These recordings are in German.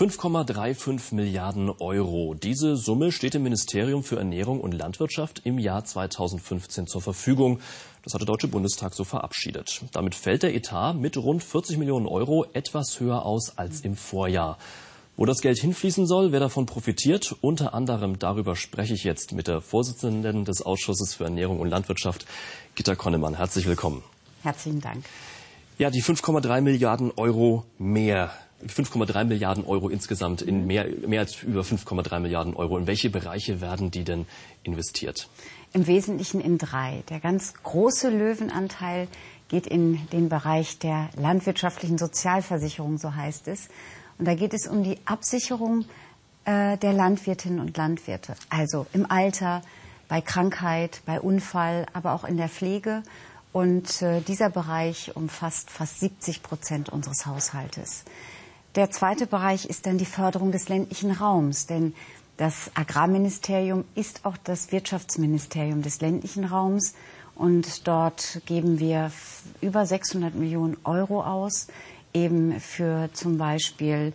5,35 Milliarden Euro. Diese Summe steht dem Ministerium für Ernährung und Landwirtschaft im Jahr 2015 zur Verfügung. Das hat der Deutsche Bundestag so verabschiedet. Damit fällt der Etat mit rund 40 Millionen Euro etwas höher aus als im Vorjahr. Wo das Geld hinfließen soll, wer davon profitiert, unter anderem darüber spreche ich jetzt mit der Vorsitzenden des Ausschusses für Ernährung und Landwirtschaft, Gitta Connemann. Herzlich willkommen. Herzlichen Dank. Ja, die 5,3 Milliarden Euro mehr. 5,3 Milliarden Euro insgesamt, in mehr als über 5,3 Milliarden Euro. In welche Bereiche werden die denn investiert? Im Wesentlichen in 3. Der ganz große Löwenanteil geht in den Bereich der landwirtschaftlichen Sozialversicherung, so heißt es. Und da geht es um die Absicherung der Landwirtinnen und Landwirte. Also im Alter, bei Krankheit, bei Unfall, aber auch in der Pflege. Und dieser Bereich umfasst fast 70% unseres Haushaltes. Der zweite Bereich ist dann die Förderung des ländlichen Raums, denn das Agrarministerium ist auch das Wirtschaftsministerium des ländlichen Raums und dort geben wir über 600 Millionen Euro aus, eben für zum Beispiel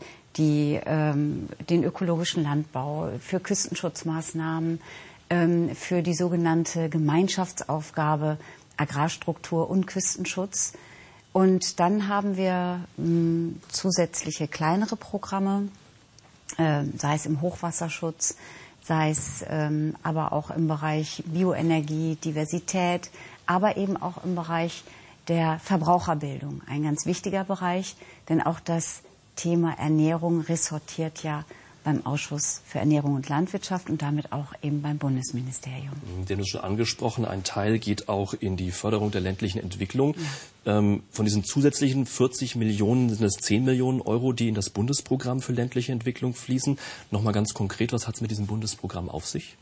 den ökologischen Landbau, für Küstenschutzmaßnahmen, für die sogenannte Gemeinschaftsaufgabe Agrarstruktur und Küstenschutz. Und dann haben wir zusätzliche kleinere Programme, sei es im Hochwasserschutz, sei es aber auch im Bereich Bioenergie, Diversität, aber eben auch im Bereich der Verbraucherbildung. Ein ganz wichtiger Bereich, denn auch das Thema Ernährung ressortiert ja beim Ausschuss für Ernährung und Landwirtschaft und damit auch eben beim Bundesministerium. Sie haben es schon angesprochen, ein Teil geht auch in die Förderung der ländlichen Entwicklung. Ja. Von diesen zusätzlichen 40 Millionen sind es 10 Millionen Euro, die in das Bundesprogramm für ländliche Entwicklung fließen. Nochmal ganz konkret, was hat es mit diesem Bundesprogramm auf sich?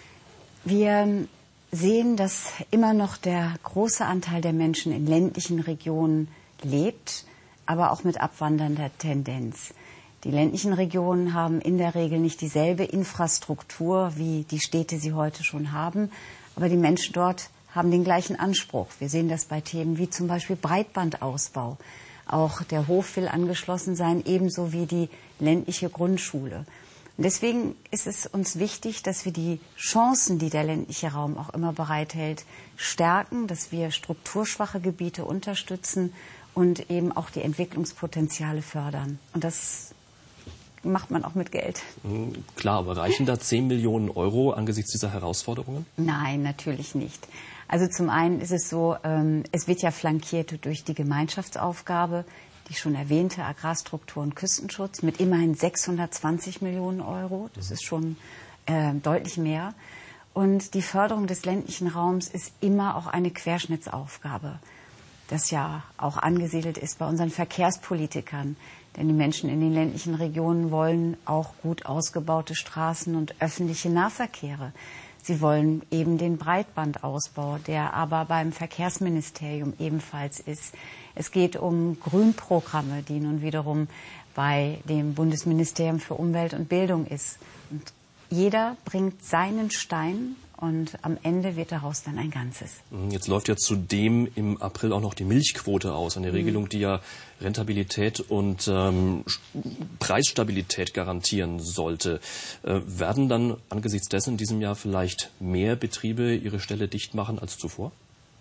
Wir sehen, dass immer noch der große Anteil der Menschen in ländlichen Regionen lebt, aber auch mit abwandernder Tendenz. Die ländlichen Regionen haben in der Regel nicht dieselbe Infrastruktur, wie die Städte sie heute schon haben. Aber die Menschen dort haben den gleichen Anspruch. Wir sehen das bei Themen wie zum Beispiel Breitbandausbau. Auch der Hof will angeschlossen sein, ebenso wie die ländliche Grundschule. Und deswegen ist es uns wichtig, dass wir die Chancen, die der ländliche Raum auch immer bereithält, stärken, dass wir strukturschwache Gebiete unterstützen und eben auch die Entwicklungspotenziale fördern. Und das macht man auch mit Geld. Klar, aber reichen da 10 Millionen Euro angesichts dieser Herausforderungen? Nein, natürlich nicht. Also zum einen ist es so, es wird ja flankiert durch die Gemeinschaftsaufgabe, die schon erwähnte Agrarstruktur und Küstenschutz mit immerhin 620 Millionen Euro. Das ist schon deutlich mehr. Und die Förderung des ländlichen Raums ist immer auch eine Querschnittsaufgabe, das ja auch angesiedelt ist bei unseren Verkehrspolitikern. Denn die Menschen in den ländlichen Regionen wollen auch gut ausgebaute Straßen und öffentliche Nahverkehre. Sie wollen eben den Breitbandausbau, der aber beim Verkehrsministerium ebenfalls ist. Es geht um Grünprogramme, die nun wiederum bei dem Bundesministerium für Umwelt und Bildung ist. Und jeder bringt seinen Stein und am Ende wird daraus dann ein Ganzes. Jetzt läuft ja zudem im April auch noch die Milchquote aus, eine Regelung, die ja Rentabilität und Preisstabilität garantieren sollte. Werden dann angesichts dessen in diesem Jahr vielleicht mehr Betriebe ihre Stelle dicht machen als zuvor?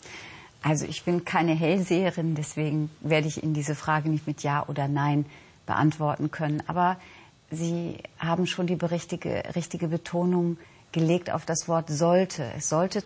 Also ich bin keine Hellseherin, deswegen werde ich Ihnen diese Frage nicht mit Ja oder Nein beantworten können. Aber Sie haben schon die richtige Betonung gelegt auf das Wort sollte. Es sollte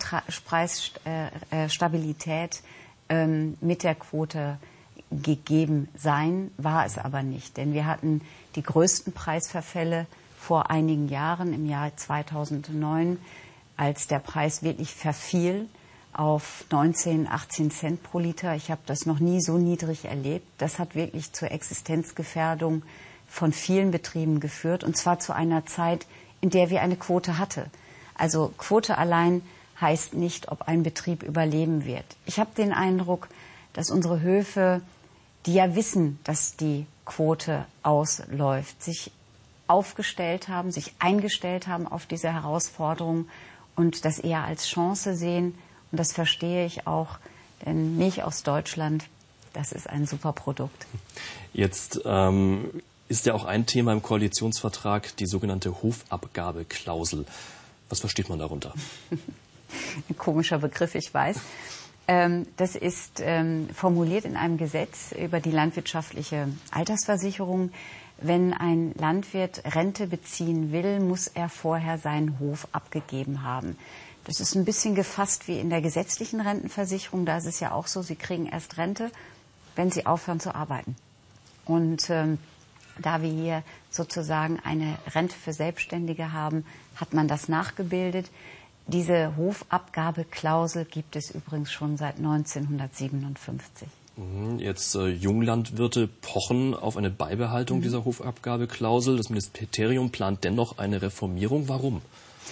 Preisstabilität mit der Quote gegeben sein, war es aber nicht. Denn wir hatten die größten Preisverfälle vor einigen Jahren, im Jahr 2009, als der Preis wirklich verfiel auf 19, 18 Cent pro Liter. Ich habe das noch nie so niedrig erlebt. Das hat wirklich zur Existenzgefährdung von vielen Betrieben geführt, und zwar zu einer Zeit, in der wir eine Quote hatten. Also Quote allein heißt nicht, ob ein Betrieb überleben wird. Ich habe den Eindruck, dass unsere Höfe, die ja wissen, dass die Quote ausläuft, sich aufgestellt haben, sich eingestellt haben auf diese Herausforderung und das eher als Chance sehen. Und das verstehe ich auch, denn Milch aus Deutschland, das ist ein super Produkt. Jetzt ist ja auch ein Thema im Koalitionsvertrag, die sogenannte Hofabgabeklausel. Was versteht man darunter? Ein komischer Begriff, ich weiß. Das ist formuliert in einem Gesetz über die landwirtschaftliche Altersversicherung. Wenn ein Landwirt Rente beziehen will, muss er vorher seinen Hof abgegeben haben. Das ist ein bisschen gefasst wie in der gesetzlichen Rentenversicherung. Da ist es ja auch so, Sie kriegen erst Rente, wenn Sie aufhören zu arbeiten. Und da wir hier sozusagen eine Rente für Selbstständige haben, hat man das nachgebildet. Diese Hofabgabeklausel gibt es übrigens schon seit 1957. Jetzt Junglandwirte pochen auf eine Beibehaltung dieser Hofabgabeklausel. Das Ministerium plant dennoch eine Reformierung. Warum?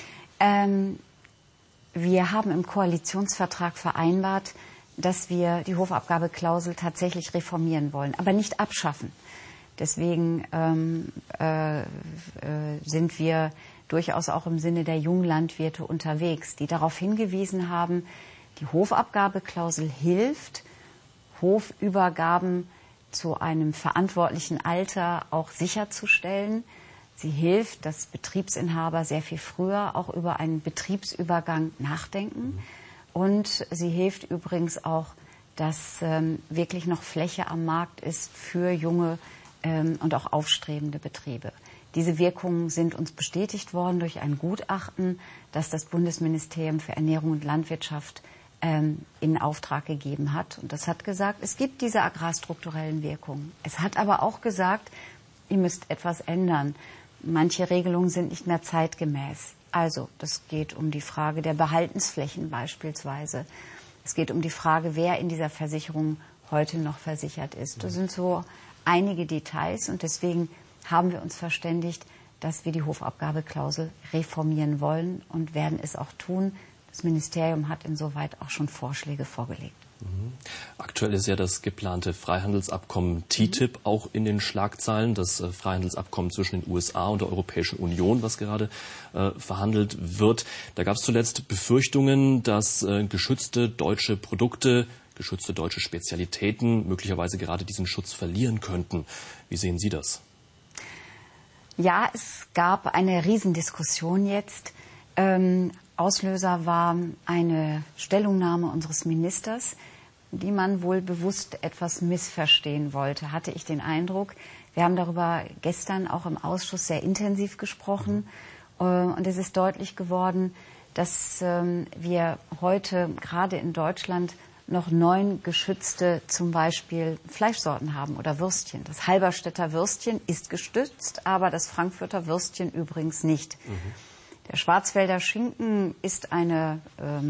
Wir haben im Koalitionsvertrag vereinbart, dass wir die Hofabgabeklausel tatsächlich reformieren wollen, aber nicht abschaffen. Deswegen sind wir durchaus auch im Sinne der Junglandwirte unterwegs, die darauf hingewiesen haben, die Hofabgabeklausel hilft, Hofübergaben zu einem verantwortlichen Alter auch sicherzustellen. Sie hilft, dass Betriebsinhaber sehr viel früher auch über einen Betriebsübergang nachdenken. Und sie hilft übrigens auch, dass wirklich noch Fläche am Markt ist für junge und auch aufstrebende Betriebe. Diese Wirkungen sind uns bestätigt worden durch ein Gutachten, das das Bundesministerium für Ernährung und Landwirtschaft in Auftrag gegeben hat. Und das hat gesagt, es gibt diese agrarstrukturellen Wirkungen. Es hat aber auch gesagt, ihr müsst etwas ändern. Manche Regelungen sind nicht mehr zeitgemäß. Also, das geht um die Frage der Behaltensflächen beispielsweise. Es geht um die Frage, wer in dieser Versicherung heute noch versichert ist. Das sind so einige Details und deswegen haben wir uns verständigt, dass wir die Hofabgabeklausel reformieren wollen und werden es auch tun. Das Ministerium hat insoweit auch schon Vorschläge vorgelegt. Aktuell ist ja das geplante Freihandelsabkommen TTIP auch in den Schlagzeilen. Das Freihandelsabkommen zwischen den USA und der Europäischen Union, was gerade verhandelt wird. Da gab es zuletzt Befürchtungen, dass geschützte deutsche Produkte, geschützte deutsche Spezialitäten möglicherweise gerade diesen Schutz verlieren könnten. Wie sehen Sie das? Ja, es gab eine Riesendiskussion jetzt. Auslöser war eine Stellungnahme unseres Ministers, die man wohl bewusst etwas missverstehen wollte, hatte ich den Eindruck. Wir haben darüber gestern auch im Ausschuss sehr intensiv gesprochen und es ist deutlich geworden, dass wir heute gerade in Deutschland noch 9 geschützte zum Beispiel Fleischsorten haben oder Würstchen. Das Halberstädter Würstchen ist gestützt, aber das Frankfurter Würstchen übrigens nicht. Der Schwarzwälder Schinken ist eine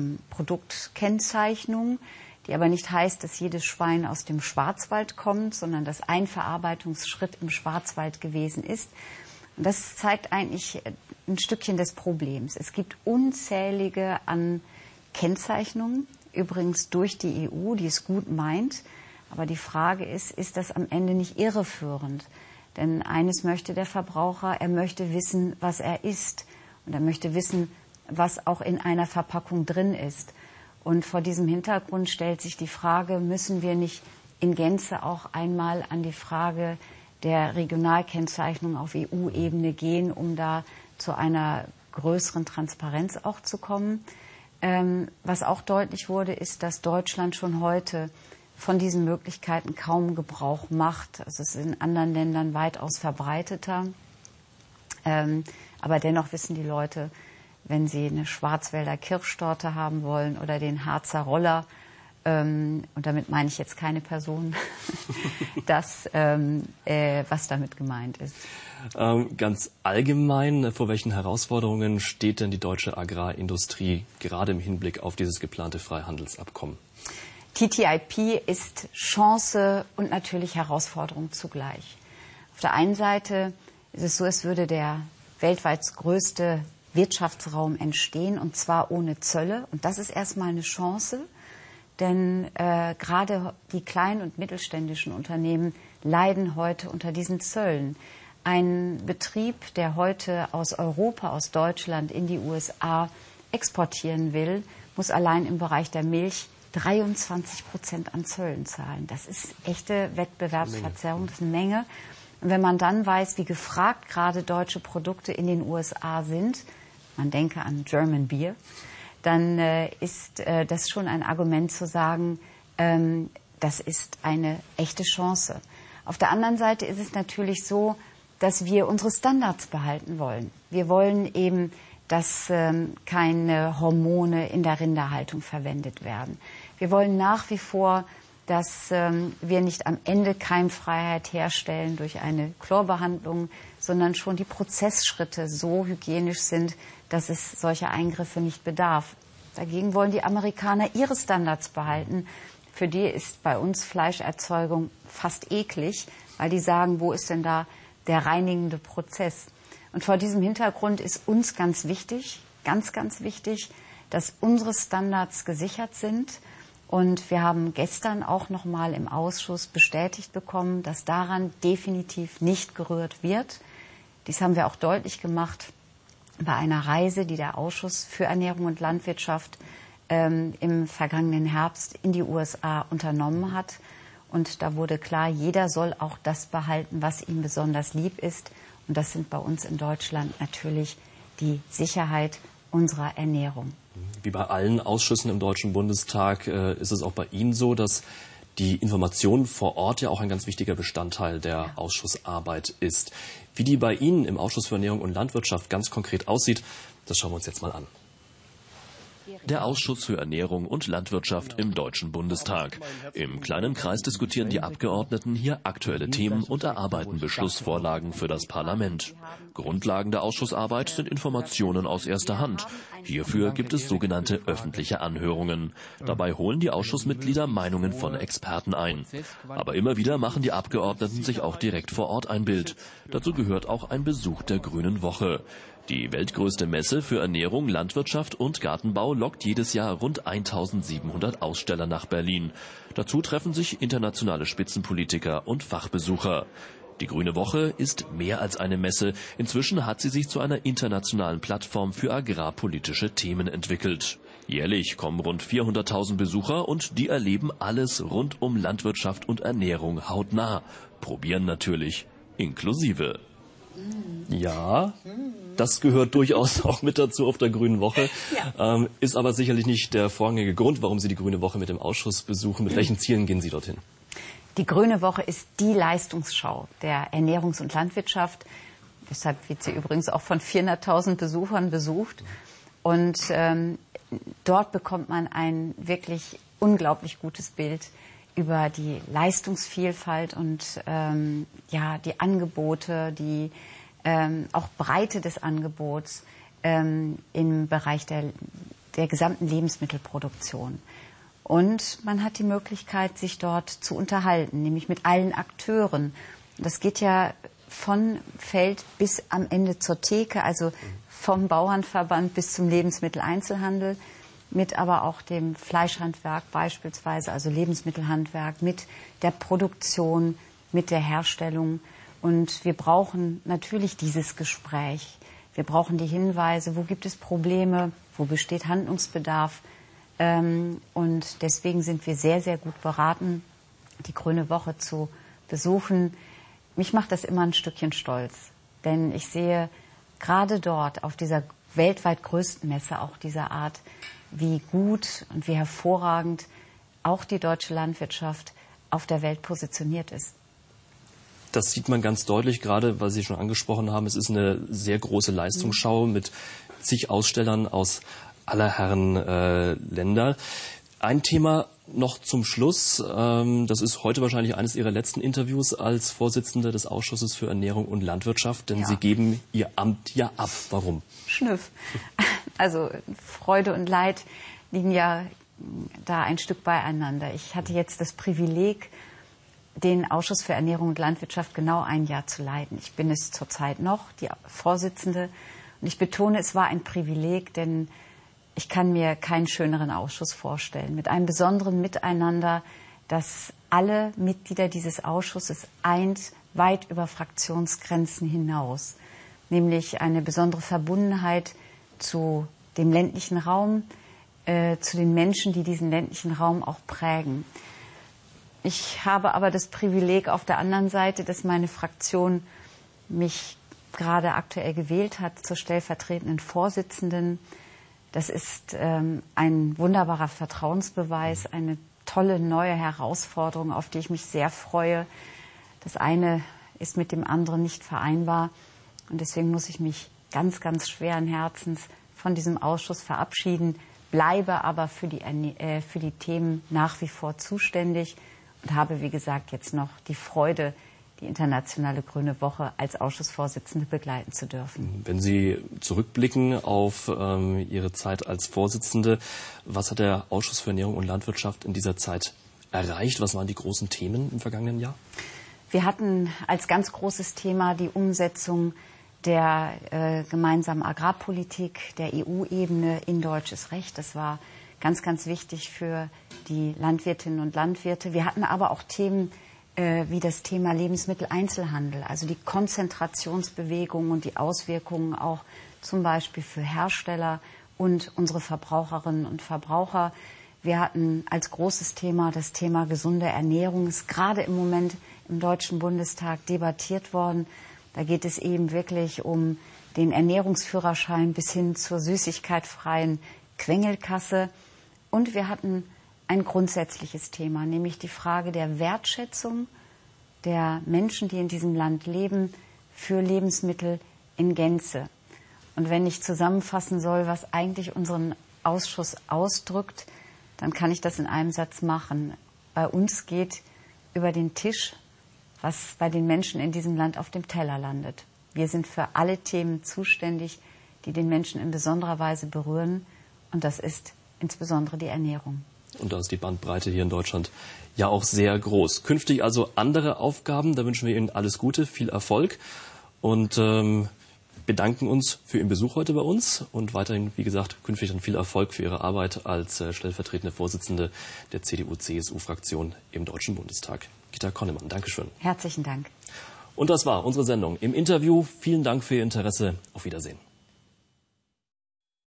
Produktkennzeichnung, die aber nicht heißt, dass jedes Schwein aus dem Schwarzwald kommt, sondern dass ein Verarbeitungsschritt im Schwarzwald gewesen ist. Und das zeigt eigentlich ein Stückchen des Problems. Es gibt unzählige an Kennzeichnungen, übrigens durch die EU, die es gut meint. Aber die Frage ist das am Ende nicht irreführend? Denn eines möchte der Verbraucher, er möchte wissen, was er isst. Und er möchte wissen, was auch in einer Verpackung drin ist. Und vor diesem Hintergrund stellt sich die Frage, müssen wir nicht in Gänze auch einmal an die Frage der Regionalkennzeichnung auf EU-Ebene gehen, um da zu einer größeren Transparenz auch zu kommen. Was auch deutlich wurde, ist, dass Deutschland schon heute von diesen Möglichkeiten kaum Gebrauch macht. Also es ist in anderen Ländern weitaus verbreiteter. Aber dennoch wissen die Leute, wenn sie eine Schwarzwälder Kirschtorte haben wollen oder den Harzer Roller, und damit meine ich jetzt keine Person, was damit gemeint ist. Ganz allgemein, vor welchen Herausforderungen steht denn die deutsche Agrarindustrie gerade im Hinblick auf dieses geplante Freihandelsabkommen? TTIP ist Chance und natürlich Herausforderung zugleich. Auf der einen Seite ist es so, es würde der weltweit größte Wirtschaftsraum entstehen, und zwar ohne Zölle. Und das ist erstmal eine Chance, denn gerade die kleinen und mittelständischen Unternehmen leiden heute unter diesen Zöllen. Ein Betrieb, der heute aus Europa, aus Deutschland in die USA exportieren will, muss allein im Bereich der Milch 23% an Zöllen zahlen. Das ist echte Wettbewerbsverzerrung, das ist eine Menge. Und wenn man dann weiß, wie gefragt gerade deutsche Produkte in den USA sind, man denke an German Beer, dann ist das schon ein Argument zu sagen, das ist eine echte Chance. Auf der anderen Seite ist es natürlich so, dass wir unsere Standards behalten wollen. Wir wollen eben, dass keine Hormone in der Rinderhaltung verwendet werden. Wir wollen nach wie vor, dass wir nicht am Ende Keimfreiheit herstellen durch eine Chlorbehandlung, sondern schon die Prozessschritte so hygienisch sind, dass es solcher Eingriffe nicht bedarf. Dagegen wollen die Amerikaner ihre Standards behalten. Für die ist bei uns Fleischerzeugung fast eklig, weil die sagen, wo ist denn da der reinigende Prozess? Und vor diesem Hintergrund ist uns ganz wichtig, ganz, ganz wichtig, dass unsere Standards gesichert sind. Und wir haben gestern auch noch mal im Ausschuss bestätigt bekommen, dass daran definitiv nicht gerührt wird. Dies haben wir auch deutlich gemacht bei einer Reise, die der Ausschuss für Ernährung und Landwirtschaft im vergangenen Herbst in die USA unternommen hat. Und da wurde klar, jeder soll auch das behalten, was ihm besonders lieb ist. Und das sind bei uns in Deutschland natürlich die Sicherheit unserer Ernährung. Wie bei allen Ausschüssen im Deutschen Bundestag ist es auch bei Ihnen so, dass die Information vor Ort ja auch ein ganz wichtiger Bestandteil der Ausschussarbeit ist. Wie die bei Ihnen im Ausschuss für Ernährung und Landwirtschaft ganz konkret aussieht, das schauen wir uns jetzt mal an. Der Ausschuss für Ernährung und Landwirtschaft im Deutschen Bundestag. Im kleinen Kreis diskutieren die Abgeordneten hier aktuelle Themen und erarbeiten Beschlussvorlagen für das Parlament. Grundlagen der Ausschussarbeit sind Informationen aus erster Hand. Hierfür gibt es sogenannte öffentliche Anhörungen. Dabei holen die Ausschussmitglieder Meinungen von Experten ein. Aber immer wieder machen die Abgeordneten sich auch direkt vor Ort ein Bild. Dazu gehört auch ein Besuch der Grünen Woche. Die weltgrößte Messe für Ernährung, Landwirtschaft und Gartenbau lockt jedes Jahr rund 1700 Aussteller nach Berlin. Dazu treffen sich internationale Spitzenpolitiker und Fachbesucher. Die Grüne Woche ist mehr als eine Messe. Inzwischen hat sie sich zu einer internationalen Plattform für agrarpolitische Themen entwickelt. Jährlich kommen rund 400.000 Besucher und die erleben alles rund um Landwirtschaft und Ernährung hautnah. Probieren natürlich, inklusive. Ja, das gehört durchaus auch mit dazu auf der Grünen Woche. Ja. Ist aber sicherlich nicht der vorrangige Grund, warum Sie die Grüne Woche mit dem Ausschuss besuchen. Mit welchen Zielen gehen Sie dorthin? Die Grüne Woche ist die Leistungsschau der Ernährungs- und Landwirtschaft. Deshalb wird sie übrigens auch von 400.000 Besuchern besucht. Und dort bekommt man ein wirklich unglaublich gutes Bild über die Leistungsvielfalt und die Angebote, die auch Breite des Angebots im Bereich der gesamten Lebensmittelproduktion. Und man hat die Möglichkeit, sich dort zu unterhalten, nämlich mit allen Akteuren. Das geht ja von Feld bis am Ende zur Theke, also vom Bauernverband bis zum Lebensmitteleinzelhandel, mit aber auch dem Fleischhandwerk beispielsweise, also Lebensmittelhandwerk, mit der Produktion, mit der Herstellung. Und wir brauchen natürlich dieses Gespräch. Wir brauchen die Hinweise, wo gibt es Probleme, wo besteht Handlungsbedarf. Und deswegen sind wir sehr, sehr gut beraten, die Grüne Woche zu besuchen. Mich macht das immer ein Stückchen stolz, denn ich sehe gerade dort auf dieser weltweit größten Messe auch dieser Art, wie gut und wie hervorragend auch die deutsche Landwirtschaft auf der Welt positioniert ist. Das sieht man ganz deutlich, gerade weil Sie schon angesprochen haben, es ist eine sehr große Leistungsschau mit zig Ausstellern aus aller Herren Länder. Ein Thema noch zum Schluss. Das ist heute wahrscheinlich eines Ihrer letzten Interviews als Vorsitzende des Ausschusses für Ernährung und Landwirtschaft, denn Sie geben Ihr Amt ja ab. Warum? Schnüff. Also Freude und Leid liegen ja da ein Stück beieinander. Ich hatte jetzt das Privileg, den Ausschuss für Ernährung und Landwirtschaft genau ein Jahr zu leiten. Ich bin es zurzeit noch, die Vorsitzende. Und ich betone, es war ein Privileg, denn ich kann mir keinen schöneren Ausschuss vorstellen. Mit einem besonderen Miteinander, das alle Mitglieder dieses Ausschusses eint, weit über Fraktionsgrenzen hinaus. Nämlich eine besondere Verbundenheit zu dem ländlichen Raum, zu den Menschen, die diesen ländlichen Raum auch prägen. Ich habe aber das Privileg auf der anderen Seite, dass meine Fraktion mich gerade aktuell gewählt hat zur stellvertretenden Vorsitzenden. Das ist ein wunderbarer Vertrauensbeweis, eine tolle neue Herausforderung, auf die ich mich sehr freue. Das eine ist mit dem anderen nicht vereinbar und deswegen muss ich mich ganz, ganz schweren Herzens von diesem Ausschuss verabschieden, bleibe aber für die Themen nach wie vor zuständig und habe, wie gesagt, jetzt noch die Freude, die Internationale Grüne Woche als Ausschussvorsitzende begleiten zu dürfen. Wenn Sie zurückblicken auf Ihre Zeit als Vorsitzende, was hat der Ausschuss für Ernährung und Landwirtschaft in dieser Zeit erreicht? Was waren die großen Themen im vergangenen Jahr? Wir hatten als ganz großes Thema die Umsetzung der gemeinsamen Agrarpolitik der EU-Ebene in deutsches Recht. Das war ganz, ganz wichtig für die Landwirtinnen und Landwirte. Wir hatten aber auch Themen wie das Thema Lebensmitteleinzelhandel, also die Konzentrationsbewegung und die Auswirkungen auch zum Beispiel für Hersteller und unsere Verbraucherinnen und Verbraucher. Wir hatten als großes Thema das Thema gesunde Ernährung. Ist gerade im Moment im Deutschen Bundestag debattiert worden. Da geht es eben wirklich um den Ernährungsführerschein bis hin zur süßigkeitfreien Quengelkasse. Und wir hatten ein grundsätzliches Thema, nämlich die Frage der Wertschätzung der Menschen, die in diesem Land leben, für Lebensmittel in Gänze. Und wenn ich zusammenfassen soll, was eigentlich unseren Ausschuss ausdrückt, dann kann ich das in einem Satz machen. Bei uns geht über den Tisch, was bei den Menschen in diesem Land auf dem Teller landet. Wir sind für alle Themen zuständig, die den Menschen in besonderer Weise berühren. Und das ist insbesondere die Ernährung. Und da ist die Bandbreite hier in Deutschland ja auch sehr groß. Künftig also andere Aufgaben. Da wünschen wir Ihnen alles Gute, viel Erfolg und bedanken uns für Ihren Besuch heute bei uns und weiterhin, wie gesagt, künftig dann viel Erfolg für Ihre Arbeit als stellvertretende Vorsitzende der CDU-CSU-Fraktion im Deutschen Bundestag. Gitta Connemann, Dankeschön. Herzlichen Dank. Und das war unsere Sendung im Interview. Vielen Dank für Ihr Interesse. Auf Wiedersehen.